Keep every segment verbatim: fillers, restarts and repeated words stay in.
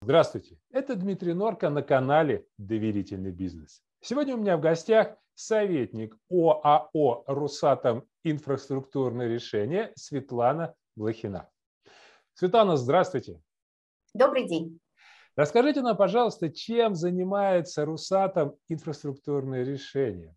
Здравствуйте, это Дмитрий Норко на канале «Доверительный бизнес». Сегодня у меня в гостях советник ОАО «Росатом. Инфраструктурные решения» Светлана Блохина. Светлана, здравствуйте. Добрый день. Расскажите нам, пожалуйста, чем занимается Росатом «Инфраструктурные решения»?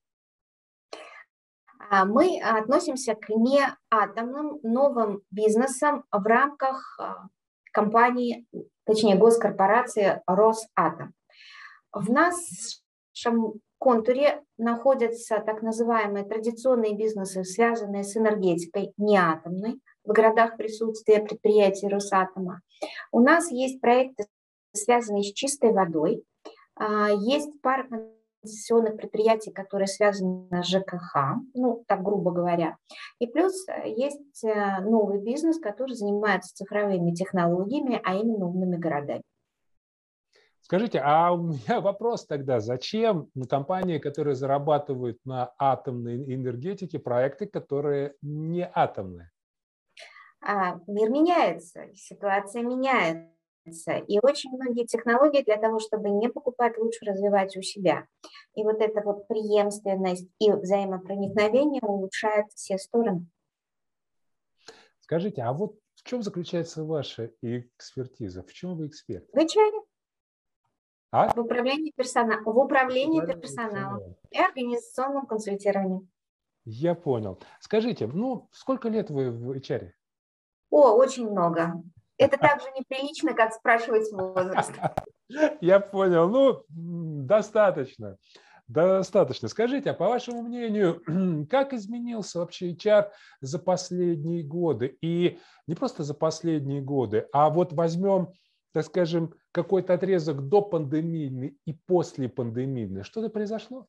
Мы относимся к неатомным новым бизнесам в рамках компании, точнее госкорпорации «Росатом». В нашем контуре находятся так называемые традиционные бизнесы, связанные с энергетикой неатомной, в городах присутствия предприятий Росатома. У нас есть проекты, связанные с чистой водой, есть пара концессионных предприятий, которые связаны с ЖКХ, ну, так грубо говоря. И плюс есть новый бизнес, который занимается цифровыми технологиями, а именно умными городами. Скажите, а у меня вопрос тогда, зачем компании, которые зарабатывают на атомной энергетике, проекты, которые не атомные? А, мир меняется, ситуация меняется. И очень многие технологии для того, чтобы не покупать, лучше развивать у себя. И вот эта вот преемственность и взаимопроникновение улучшает все стороны. Скажите, а вот в чем заключается ваша экспертиза? В чем вы эксперт? В эйч ар. А? В управлении персоналом, в управлении Управление персоналом персоналом. и организационном консультировании. Я понял. Скажите, ну, сколько лет вы в эйч ар? О, очень много. Это так же неприлично, как спрашивать возраст. Я понял. Ну, достаточно. Достаточно. Скажите, а по вашему мнению, как изменился вообще эйч ар за последние годы? И не просто за последние годы, а вот возьмем, так скажем, какой-то отрезок до пандемийный и после пандемийный. Что-то произошло?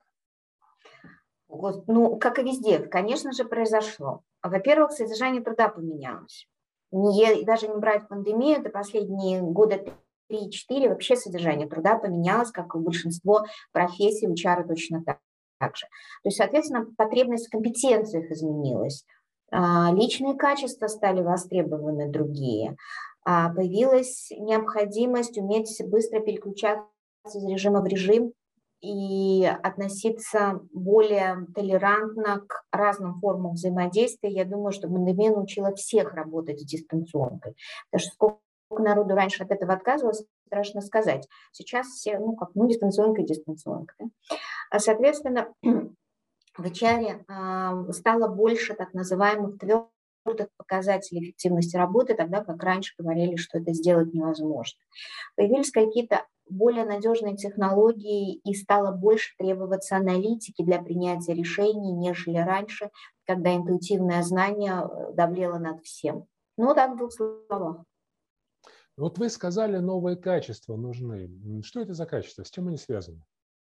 Ну, как и везде, конечно же, произошло. Во-первых, содержание труда поменялось. Не, даже не брать пандемию, это последние года три-четыре вообще содержание труда поменялось, как и большинство профессий, эйч ар точно так, так же. То есть, соответственно, потребность в компетенциях изменилась. Личные качества стали востребованы другие. Появилась необходимость уметь быстро переключаться из режима в режим и относиться более толерантно к разным формам взаимодействия. Я думаю, что пандемия научила всех работать с дистанционкой. Потому что сколько народу раньше от этого отказывалось, страшно сказать. Сейчас все, ну, как, ну, дистанционка и дистанционка. Да? Соответственно, в эйч ар стало больше так называемых твердых показателей эффективности работы, тогда как раньше говорили, что это сделать невозможно. Появились какие-то более надежные технологии и стало больше требоваться аналитики для принятия решений, нежели раньше, когда интуитивное знание давлело над всем. Ну, так в двух словах. Вот вы сказали, новые качества нужны. Что это за качества? С чем они связаны?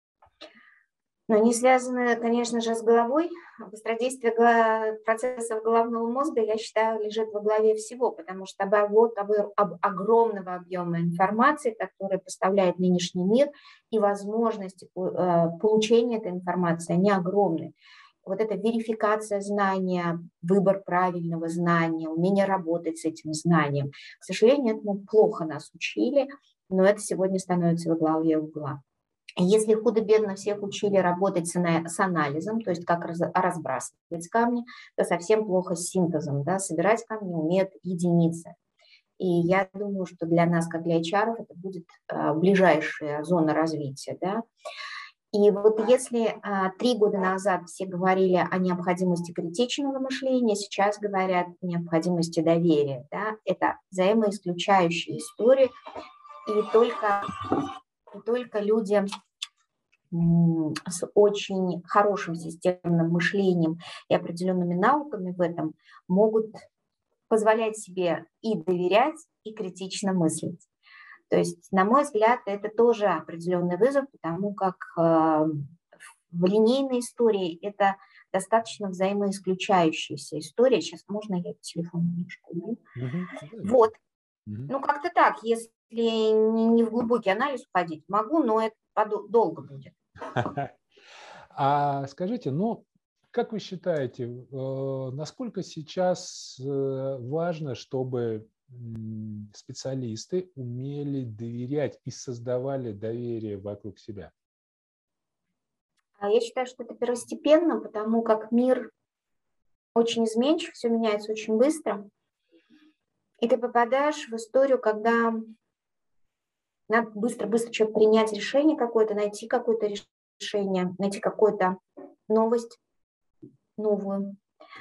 Но они связаны, конечно же, с головой. Быстродействие процессов головного мозга, я считаю, лежит во главе всего, потому что оборот об огромного объема информации, который поставляет нынешний мир, и возможности получения этой информации, они огромны. Вот эта верификация знания, выбор правильного знания, умение работать с этим знанием. К сожалению, этому плохо нас учили, но это сегодня становится во главе угла. Если худо-бедно всех учили работать с анализом, то есть как разбрасывать камни, то совсем плохо с синтезом. Да? Собирать камни умеют единицы. И я думаю, что для нас, как для эйч ар, это будет ближайшая зона развития. Да? И вот если а, три года назад все говорили о необходимости критичного мышления, сейчас говорят о необходимости доверия. Да? Это взаимоисключающие истории, и только, и только люди с очень хорошим системным мышлением и определенными науками в этом могут позволять себе и доверять, и критично мыслить. То есть, на мой взгляд, это тоже определенный вызов, потому как э, в линейной истории это достаточно взаимоисключающаяся история. Сейчас можно я телефон немножко уберу? Угу. Вот. Угу. Ну, как-то так. Если не в глубокий анализ уходить, могу, но это долго будет. А скажите, ну, как вы считаете, насколько сейчас важно, чтобы специалисты умели доверять и создавали доверие вокруг себя? Я считаю, что это первостепенно, потому как мир очень изменчив, все меняется очень быстро. И ты попадаешь в историю, когда надо быстро-быстро что-то принять решение какое-то, найти какое-то решение, найти какую-то новость новую.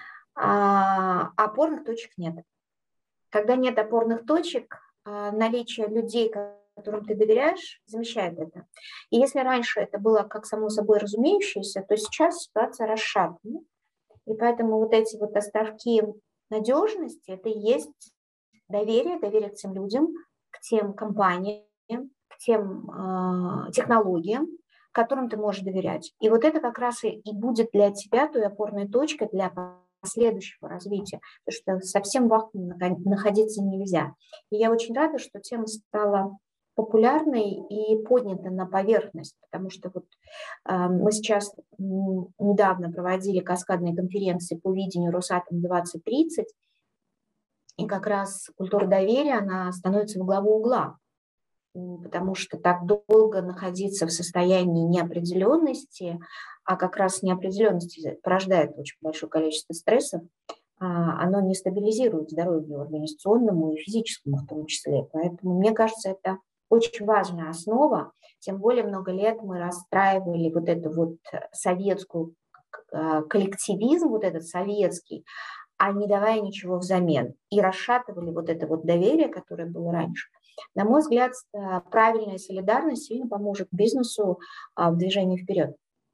А опорных точек нет. Когда нет опорных точек, наличие людей, которым ты доверяешь, замещает это. И если раньше это было как само собой разумеющееся, то сейчас ситуация расшатана. И поэтому вот эти вот островки надежности, это и есть доверие, доверие к тем людям, к тем компаниям, к тем э, технологиям, которым ты можешь доверять. И вот это как раз и, и будет для тебя той опорной точкой для последующего развития, потому что совсем в вакууме находиться нельзя. И я очень рада, что тема стала популярной и поднята на поверхность, потому что вот э, мы сейчас м, недавно проводили каскадные конференции по видению Росатом двадцать тридцать, и как раз культура доверия, она становится во главу угла, потому что так долго находиться в состоянии неопределенности, а как раз неопределенность порождает очень большое количество стрессов, оно не стабилизирует здоровье организационному и физическому в том числе. Поэтому, мне кажется, это очень важная основа. Тем более много лет мы расстраивали вот эту вот советскую коллективизм, вот этот советский, а не давая ничего взамен. И расшатывали вот это вот доверие, которое было раньше. На мой взгляд, правильная солидарность сильно поможет бизнесу в движении вперед.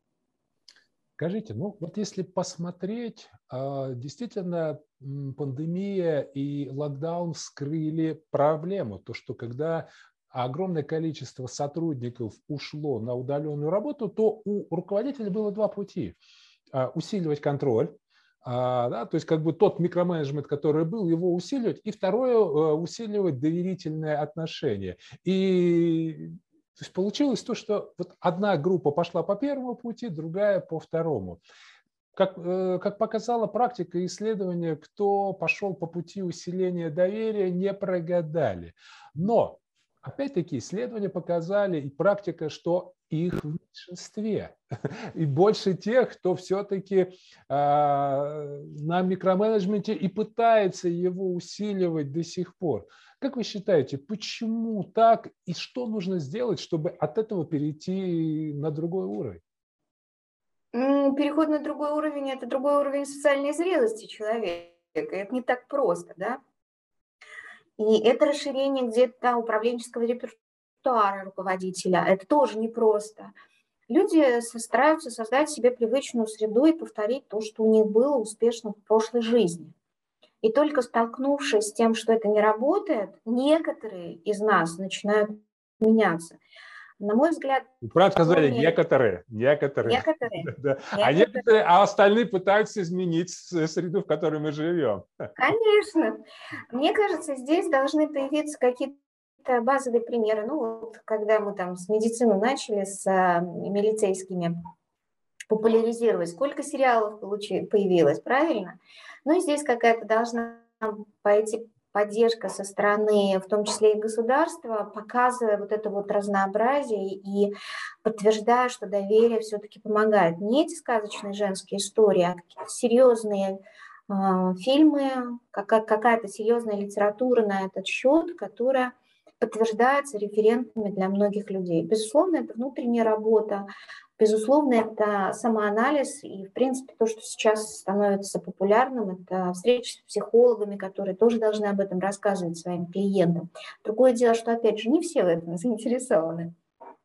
Скажите, ну вот если посмотреть, действительно пандемия и локдаун вскрыли проблему, то что когда огромное количество сотрудников ушло на удаленную работу, то у руководителя было два пути. Усиливать контроль, да, то есть как бы тот микроменеджмент, который был, его усиливать, и второе, усиливать доверительные отношения. И то есть получилось то, что вот одна группа пошла по первому пути, другая по второму. Как, как показала практика и исследования, кто пошел по пути усиления доверия, не прогадали. Но, опять-таки, исследования показали и практика, что их в меньшинстве. И больше тех, кто все-таки э, на микроменеджменте и пытается его усиливать до сих пор. Как вы считаете, почему так и что нужно сделать, чтобы от этого перейти на другой уровень? Переход на другой уровень – это другой уровень социальной зрелости человека. Это не так просто, да? И это расширение где-то управленческого репертуара руководителя. Это тоже непросто. Люди стараются создать себе привычную среду и повторить то, что у них было успешно в прошлой жизни. И только столкнувшись с тем, что это не работает, некоторые из нас начинают меняться. На мой взгляд... Правильно сказали, некоторые. Некоторые. Некоторые. Да. некоторые. А некоторые, а остальные пытаются изменить среду, в которой мы живем. Конечно. Мне кажется, здесь должны появиться какие-то базовые примеры. Ну, вот, когда мы там с медициной начали, с а, милицейскими популяризировать, сколько сериалов получи, появилось, правильно? Ну, и здесь какая-то должна пойти поддержка со стороны, в том числе и государства, показывая вот это вот разнообразие и подтверждая, что доверие все-таки помогает. Не эти сказочные женские истории, а какие-то серьезные э, фильмы, какая-то серьезная литература на этот счет, которая подтверждается референтами для многих людей. Безусловно, это внутренняя работа, безусловно, это самоанализ, и, в принципе, то, что сейчас становится популярным, это встречи с психологами, которые тоже должны об этом рассказывать своим клиентам. Другое дело, что, опять же, не все в этом заинтересованы.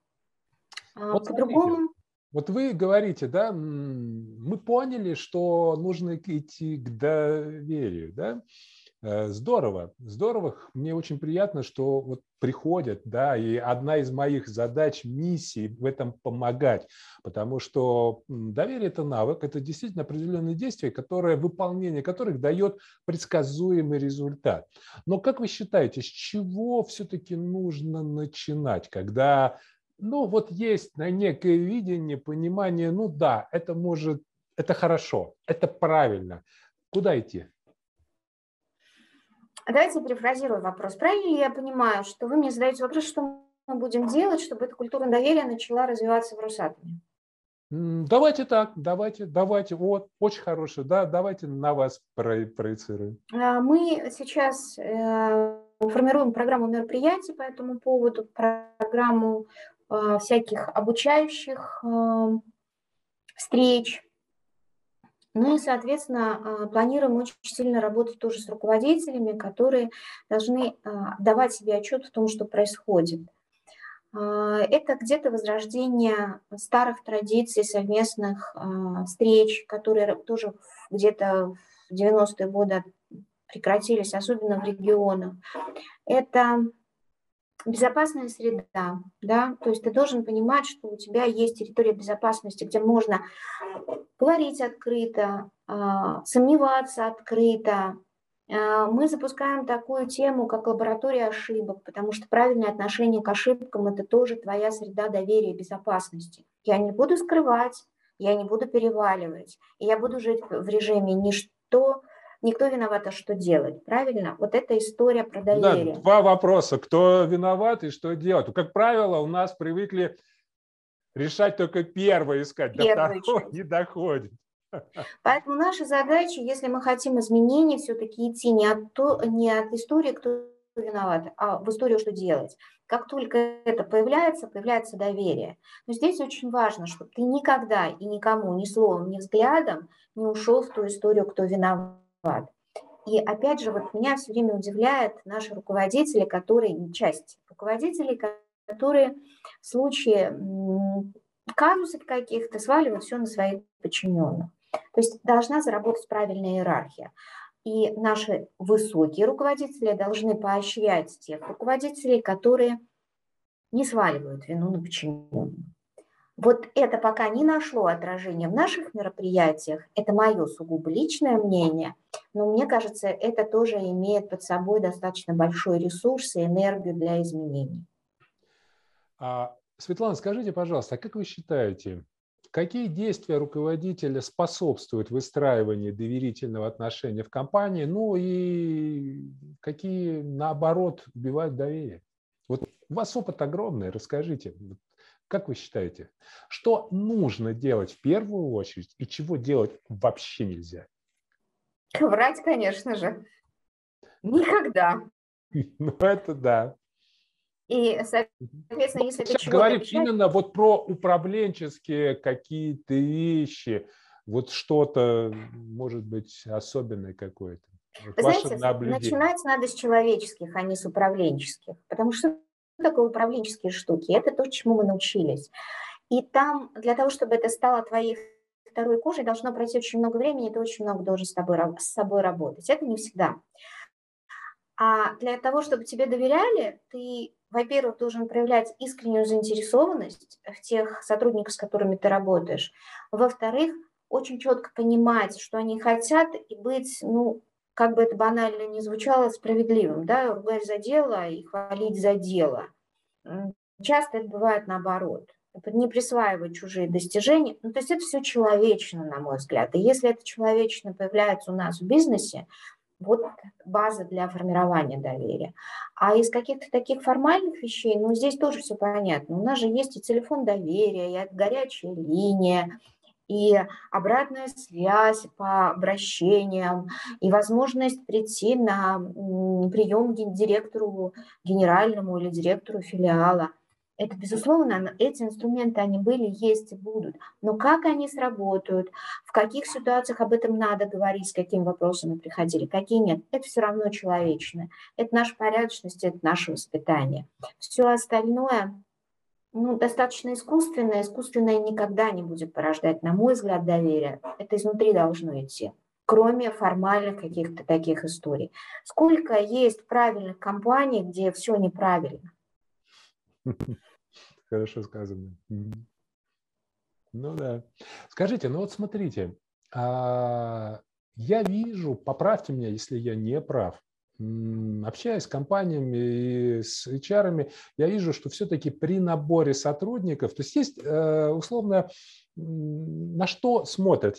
Вот По-другому... Вот вы говорите, да, мы поняли, что нужно идти к доверию, да? Здорово, здорово. Мне очень приятно, что вот приходят, да, и одна из моих задач, миссий в этом помогать, потому что доверие – это навык, это действительно определенные действия, которые, выполнение которых дает предсказуемый результат. Но как вы считаете, с чего все-таки нужно начинать, когда, ну, вот есть некое видение, понимание, ну да, это может, это хорошо, это правильно. Куда идти? Давайте перефразирую вопрос. Правильно ли я понимаю, что вы мне задаете вопрос, что мы будем делать, чтобы эта культура доверия начала развиваться в Росатоме? Давайте так, давайте, давайте. Вот, очень хорошо, да, давайте на вас проецируем. Мы сейчас формируем программу мероприятий по этому поводу, программу всяких обучающих встреч. Ну и, соответственно, планируем очень сильно работать тоже с руководителями, которые должны давать себе отчет в том, что происходит. Это где-то возрождение старых традиций совместных встреч, которые тоже где-то в девяностые годы прекратились, особенно в регионах. Это безопасная среда, да, то есть ты должен понимать, что у тебя есть территория безопасности, где можно говорить открыто, сомневаться открыто. Мы запускаем такую тему, как лаборатория ошибок, потому что правильное отношение к ошибкам – это тоже твоя среда доверия и безопасности. Я не буду скрывать, я не буду переваливать, и я буду жить в режиме ничто, никто виноват, а что делать, правильно? Вот это история про доверие. Да, два вопроса. Кто виноват и что делать? Как правило, у нас привыкли решать только первое искать, до второго не доходит. Поэтому наша задача, если мы хотим изменений, все-таки идти не от, то, не от истории, кто виноват, а в историю, что делать. Как только это появляется, появляется доверие. Но здесь очень важно, чтобы ты никогда и никому, ни словом, ни взглядом не ушел в ту историю, кто виноват. И опять же, вот меня все время удивляют наши руководители, которые, часть руководителей, которые в случае казусов каких-то сваливают все на своих подчиненных. То есть должна заработать правильная иерархия. И наши высокие руководители должны поощрять тех руководителей, которые не сваливают вину на подчиненных. Вот это пока не нашло отражения в наших мероприятиях, это мое сугубо личное мнение, но мне кажется, это тоже имеет под собой достаточно большой ресурс и энергию для изменений. А, Светлана, скажите, пожалуйста, а как вы считаете, какие действия руководителя способствуют выстраиванию доверительного отношения в компании, ну и какие, наоборот, убивают доверие? Вот у вас опыт огромный, расскажите. Как вы считаете, что нужно делать в первую очередь и чего делать вообще нельзя? Врать, конечно же. Никогда. Ну, это да. И, соответственно, если ты чего-то говорим обещаешь... именно вот про управленческие какие-то вещи, вот что-то, может быть, особенное какое-то. Вот Вы ваше знаете, наблюдение. начинать надо с человеческих, а не с управленческих. Потому что что такое управленческие штуки? Это то, чему мы научились. И там для того, чтобы это стало твоей второй кожей, должно пройти очень много времени, и ты очень много должен с собой, с собой работать. Это не всегда. А для того, чтобы тебе доверяли, ты, во-первых, должен проявлять искреннюю заинтересованность в тех сотрудниках, с которыми ты работаешь. Во-вторых, очень четко понимать, что они хотят, и быть, ну, как бы это банально ни звучало, справедливым, да, ругать за дело и хвалить за дело. Часто это бывает наоборот. Не присваивать чужие достижения. Ну, то есть это все человечно, на мой взгляд. И если это человечно появляется у нас в бизнесе, вот база для формирования доверия. А из каких-то таких формальных вещей, ну, здесь тоже все понятно. У нас же есть и телефон доверия, и горячая линия, и обратная связь по обращениям, и возможность прийти на прием к директору генеральному или директору филиала. Это, безусловно, эти инструменты, они были, есть и будут. Но как они сработают, в каких ситуациях об этом надо говорить, с какими вопросами приходили, какие нет, это все равно человечное. Это наша порядочность, это наше воспитание. Все остальное... Ну, достаточно искусственное. Искусственное никогда не будет порождать, на мой взгляд, доверие. Это изнутри должно идти, кроме формальных каких-то таких историй. Сколько есть правильных компаний, где все неправильно? Хорошо сказано. Ну да. Скажите, ну вот смотрите, я вижу, поправьте меня, если я не прав, общаясь с компаниями и с эйч ар-ами, я вижу, что все-таки при наборе сотрудников, то есть есть условно, на что смотрят. Есть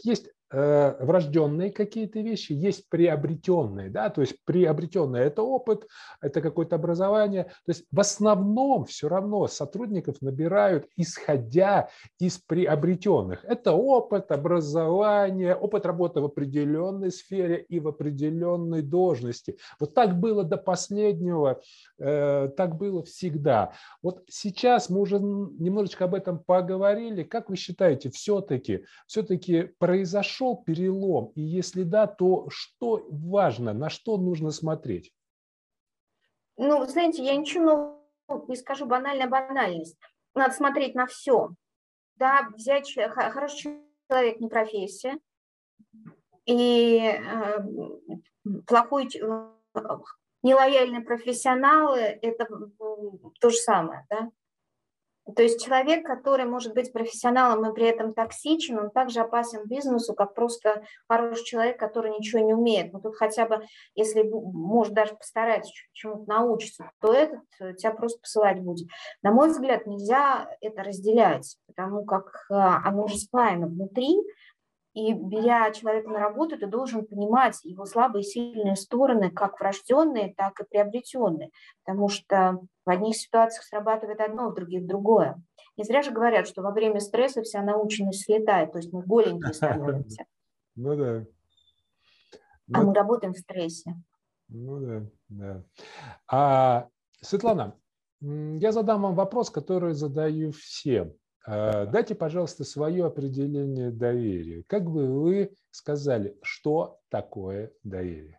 э, врожденные какие-то вещи, есть приобретенные, да, то есть приобретенное – это опыт, это какое-то образование. То есть в основном все равно сотрудников набирают, исходя из приобретенных. Это опыт, образование, опыт работы в определенной сфере и в определенной должности. Вот так было до последнего, э, так было всегда. Вот сейчас мы уже немножечко об этом поговорили. Как вы считаете, все-таки, все-таки произошел перелом? И если да, то что важно, на что нужно смотреть? Ну, знаете, я ничего нового не скажу, банальная банальность. Надо смотреть на все. Да, взять хороший человек не профессия, и э, плохой, э, нелояльные профессионалы – это то же самое, да. То есть человек, который может быть профессионалом и при этом токсичен, он также опасен бизнесу, как просто хороший человек, который ничего не умеет. Но тут хотя бы, если может даже постараться чему-то научиться, то этот тебя просто посылать будет. На мой взгляд, нельзя это разделять, потому как оно уже спаяно внутри. И беря человека на работу, ты должен понимать его слабые и сильные стороны, как врожденные, так и приобретенные. Потому что в одних ситуациях срабатывает одно, в других другое. Не зря же говорят, что во время стресса вся наученность слетает, то есть мы голенькие становимся. Ну да. А мы работаем в стрессе. Ну да, да. А, Светлана, я задам вам вопрос, который задаю всем. Дайте, пожалуйста, свое определение доверия. Как бы вы сказали, что такое доверие?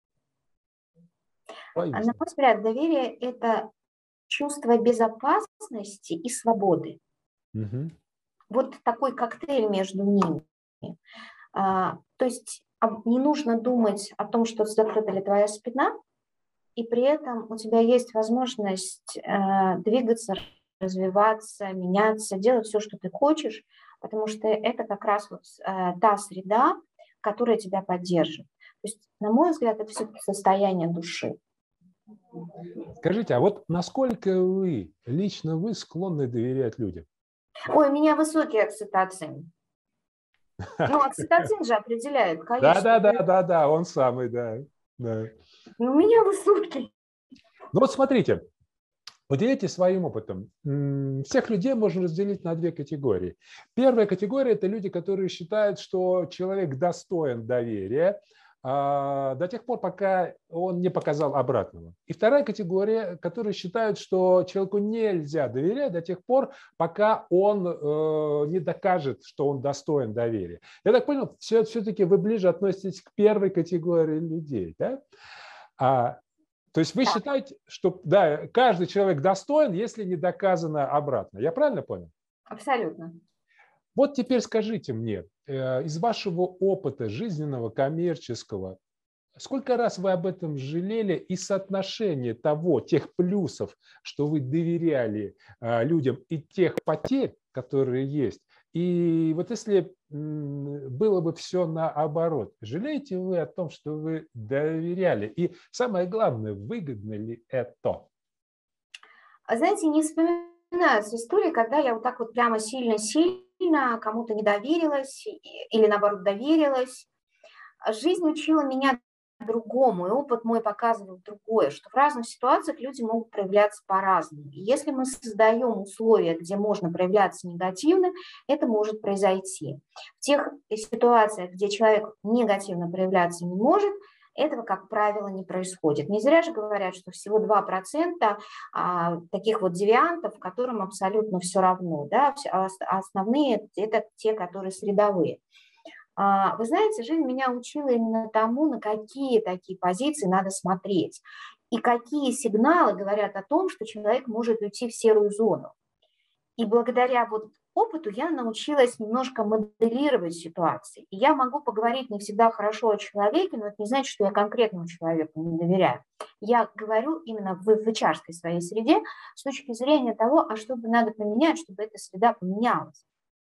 На мой взгляд, доверие – это чувство безопасности и свободы. Угу. Вот такой коктейль между ними. А, то есть не нужно думать о том, что закрыта ли твоя спина, и при этом у тебя есть возможность э, двигаться, развиваться, меняться, делать все, что ты хочешь, потому что это как раз вот э, та среда, которая тебя поддержит. То есть, на мой взгляд, это все-таки состояние души. Скажите, а вот насколько вы, лично вы, склонны доверять людям? Ой, у меня высокий окситоцин. Ну, окситоцин же определяет количество. Да, да, да, да, да, он самый, да. да. У меня высокий. Ну вот смотрите, поделитесь своим опытом. Всех людей можно разделить на две категории. Первая категория – это люди, которые считают, что человек достоин доверия до тех пор, пока он не показал обратного. И вторая категория, которые считают, что человеку нельзя доверять до тех пор, пока он не докажет, что он достоин доверия. Я так понял, все, все-таки вы ближе относитесь к первой категории людей, да? А, то есть вы да. считаете, что да, каждый человек достоин, если не доказано обратно. Я правильно понял? Абсолютно. Вот теперь скажите мне, из вашего опыта жизненного, коммерческого, сколько раз вы об этом жалели и соотношение того, тех плюсов, что вы доверяли людям, и тех потерь, которые есть? И вот если было бы все наоборот, жалеете вы о том, что вы доверяли? И самое главное, выгодно ли это? Знаете, не вспоминаются истории, когда я вот так вот прямо сильно-сильно кому-то не доверилась или наоборот доверилась. Жизнь учила меня другому, и опыт мой показывал другое, что в разных ситуациях люди могут проявляться по-разному. И если мы создаем условия, где можно проявляться негативно, это может произойти. В тех ситуациях, где человек негативно проявляться не может, этого, как правило, не происходит. Не зря же говорят, что всего два процента а, таких вот девиантов, которым абсолютно все равно, да, а основные – это те, которые средовые. Вы знаете, жизнь меня учила именно тому, на какие такие позиции надо смотреть и какие сигналы говорят о том, что человек может уйти в серую зону. И благодаря вот опыту я научилась немножко моделировать ситуации. И я могу поговорить не всегда хорошо о человеке, но это не значит, что я конкретному человеку не доверяю. Я говорю именно в эйч ар-ской своей среде с точки зрения того, а что бы надо поменять, чтобы эта среда поменялась.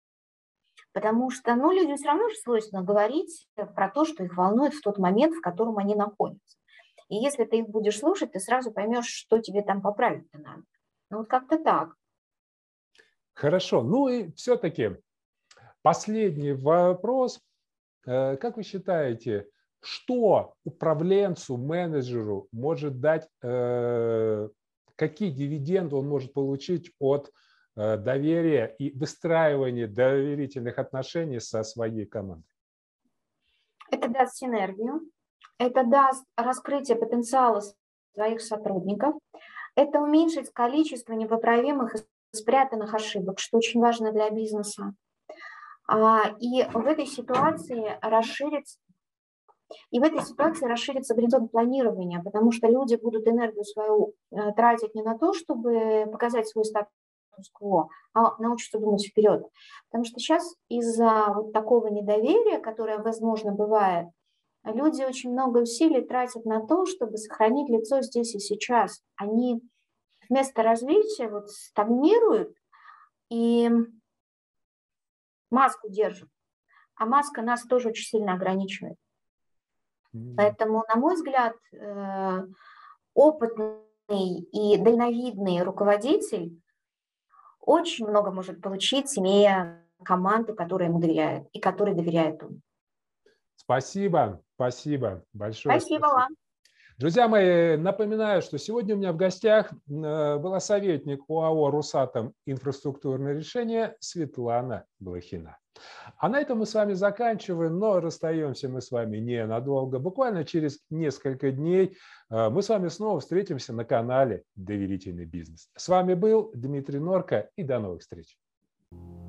Потому что, ну, людям все равно же свойственно говорить про то, что их волнует в тот момент, в котором они находятся. И если ты их будешь слушать, ты сразу поймешь, что тебе там поправить-то надо. Ну, вот как-то так. Хорошо. Ну и все-таки последний вопрос. как вы считаете, что управленцу, менеджеру может дать, какие дивиденды он может получить от доверия и выстраивания доверительных отношений со своей командой? Это даст синергию, это даст раскрытие потенциала своих сотрудников, это уменьшит количество непоправимых и спрятанных ошибок, что очень важно для бизнеса. И в этой ситуации расширится, и в этой ситуации расширится горизонт планирования, потому что люди будут энергию свою тратить не на то, чтобы показать свой статус-кво, а научатся думать вперед. Потому что сейчас из-за вот такого недоверия, которое, возможно, бывает, люди очень много усилий тратят на то, чтобы сохранить лицо здесь и сейчас. Они вместо развития вот стагнируют и маску держат. А маска нас тоже очень сильно ограничивает. Mm-hmm. Поэтому, на мой взгляд, опытный и дальновидный руководитель очень много может получить, имея команду, которая ему доверяет и которой доверяет он. Спасибо, спасибо большое. Спасибо, спасибо вам. Друзья мои, напоминаю, что сегодня у меня в гостях была советник ОАО «Росатом. Инфраструктурные решения» Светлана Блохина. А на этом мы с вами заканчиваем, но расстаемся мы с вами ненадолго. Буквально через несколько дней мы с вами снова встретимся на канале «Доверительный бизнес». С вами был Дмитрий Норко, и до новых встреч.